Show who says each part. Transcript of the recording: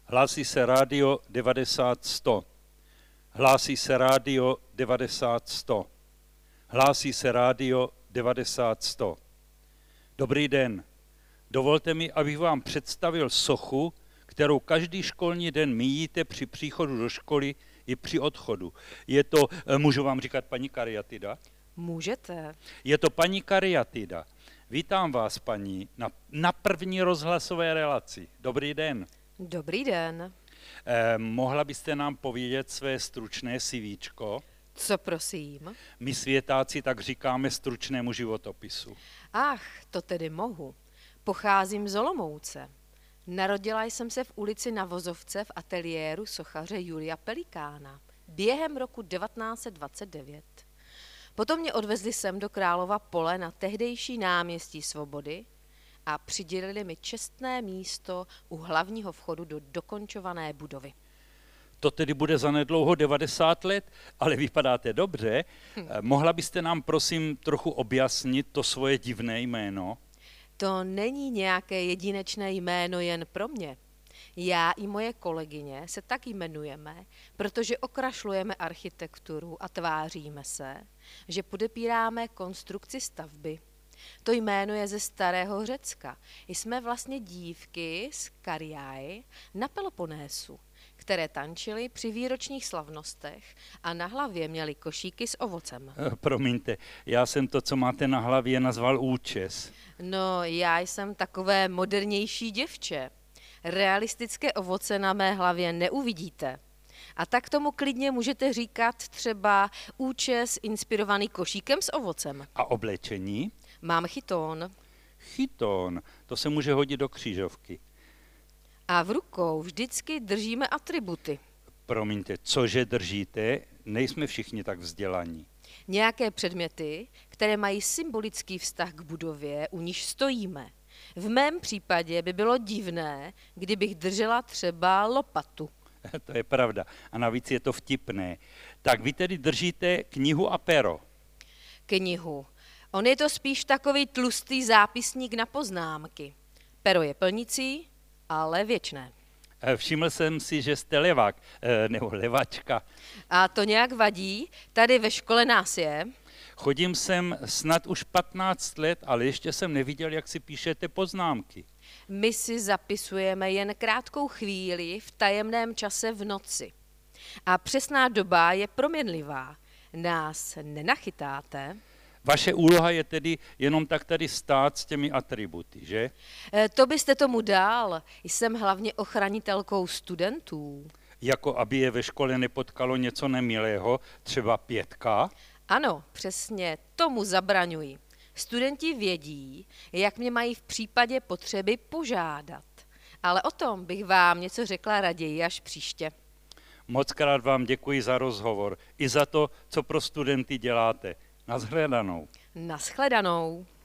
Speaker 1: Hlásí se rádio 90-100. Hlásí se rádio 90-100. Hlásí se rádio 90-100. Dobrý den. Dovolte mi, abych vám představil sochu, kterou každý školní den míjíte při příchodu do školy i při odchodu. Je to, můžu vám říkat paní Kariatida?
Speaker 2: Můžete.
Speaker 1: Je to paní Kariatida. Vítám vás, paní, na první rozhlasové relaci. Dobrý den.
Speaker 2: Dobrý den.
Speaker 1: Mohla byste nám povědět své stručné CVčko?
Speaker 2: Co prosím?
Speaker 1: My světáci tak říkáme stručnému životopisu.
Speaker 2: Ach, to tedy mohu. Pocházím z Olomouce. Narodila jsem se v ulici Na Vozovce v ateliéru sochaře Julia Pelikána během roku 1929. Potom mě odvezli sem do Králova Pole na tehdejší náměstí Svobody a přidělili mi čestné místo u hlavního vchodu do dokončované budovy.
Speaker 1: To tedy bude zanedlouho 90 let, ale vypadáte dobře. Mohla byste nám prosím trochu objasnit to svoje divné jméno?
Speaker 2: To není nějaké jedinečné jméno jen pro mě. Já i moje kolegyně se tak jmenujeme, protože okrašlujeme architekturu a tváříme se, že podepíráme konstrukci stavby. To jméno je ze starého Řecka. Jsme vlastně dívky z Kariai na Peloponésu, které tančily při výročních slavnostech a na hlavě měly košíky s ovocem.
Speaker 1: Promiňte, já jsem to, co máte na hlavě, nazval účes.
Speaker 2: No, já jsem takové modernější děvče. Realistické ovoce na mé hlavě neuvidíte. A tak tomu klidně můžete říkat třeba účes inspirovaný košíkem s ovocem.
Speaker 1: A oblečení?
Speaker 2: Mám chytón.
Speaker 1: Chytón, to se může hodit do křížovky.
Speaker 2: A v rukou vždycky držíme atributy.
Speaker 1: Promiňte, cože držíte? Nejsme všichni tak vzdělaní.
Speaker 2: Nějaké předměty, které mají symbolický vztah k budově, u níž stojíme. V mém případě by bylo divné, kdybych držela třeba lopatu.
Speaker 1: To je pravda. A navíc je to vtipné. Tak vy tedy držíte knihu a pero.
Speaker 2: Knihu. On je to spíš takový tlustý zápisník na poznámky. Pero je plnicí, ale věčné.
Speaker 1: Všiml jsem si, že jste levák, nebo levačka.
Speaker 2: A to nějak vadí? Tady ve škole nás je.
Speaker 1: Chodím sem snad už 15 let, ale ještě jsem neviděl, jak si píšete poznámky.
Speaker 2: My si zapisujeme jen krátkou chvíli v tajemném čase v noci. A přesná doba je proměnlivá. Nás nenachytáte?
Speaker 1: Vaše úloha je tedy jenom tak tady stát s těmi atributy, že?
Speaker 2: To byste tomu dal. Jsem hlavně ochranitelkou studentů.
Speaker 1: Jako aby je ve škole nepotkalo něco nemilého, třeba 5.
Speaker 2: Ano, přesně, tomu zabraňuji. Studenti vědí, jak mě mají v případě potřeby požádat. Ale o tom bych vám něco řekla raději až příště.
Speaker 1: Mockrát vám děkuji za rozhovor i za to, co pro studenty děláte. Nashledanou.
Speaker 2: Nashledanou.